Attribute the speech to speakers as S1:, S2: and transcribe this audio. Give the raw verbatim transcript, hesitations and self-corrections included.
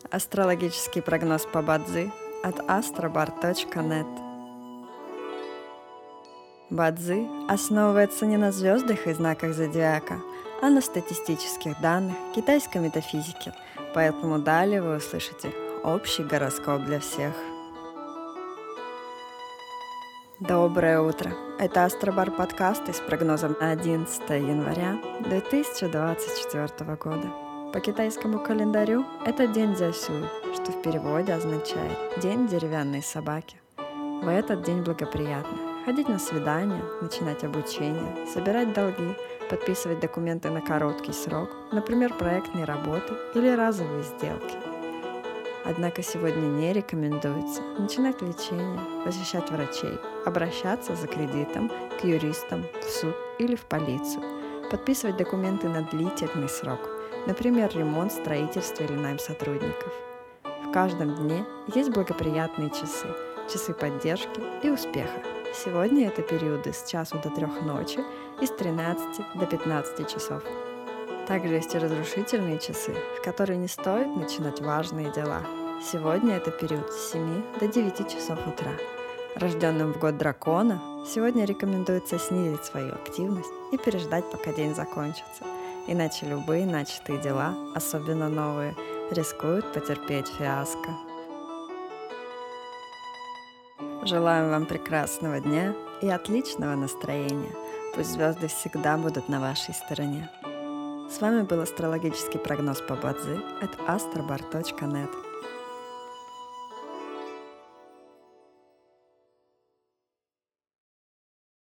S1: Астрологический прогноз по Бадзи от астробар точка нет. Бадзи основывается не на звездах и знаках зодиака, а на статистических данных китайской метафизики, поэтому далее вы услышите общий гороскоп для всех. Доброе утро! Это Астробар подкасты с прогнозом на одиннадцатое января две тысячи двадцать четвёртого года. По китайскому календарю это день Дзясюй, что в переводе означает «день деревянной собаки». В этот день благоприятно ходить на свидания, начинать обучение, собирать долги, подписывать документы на короткий срок, например, проектные работы или разовые сделки. Однако сегодня не рекомендуется начинать лечение, посещать врачей, обращаться за кредитом к юристам, в суд или в полицию, подписывать документы на длительный срок, например, ремонт, строительство или найм сотрудников. В каждом дне есть благоприятные часы, часы поддержки и успеха. Сегодня это периоды с часу до трех ночи и с тринадцати до пятнадцати часов. Также есть и разрушительные часы, в которые не стоит начинать важные дела. Сегодня это период с семи до девяти часов утра. Рожденным в год дракона сегодня рекомендуется снизить свою активность и переждать, пока день закончится. Иначе любые начатые дела, особенно новые, рискуют потерпеть фиаско. Желаем вам прекрасного дня и отличного настроения. Пусть звезды всегда будут на вашей стороне. С вами был астрологический прогноз по Бадзи от астробар точка нет.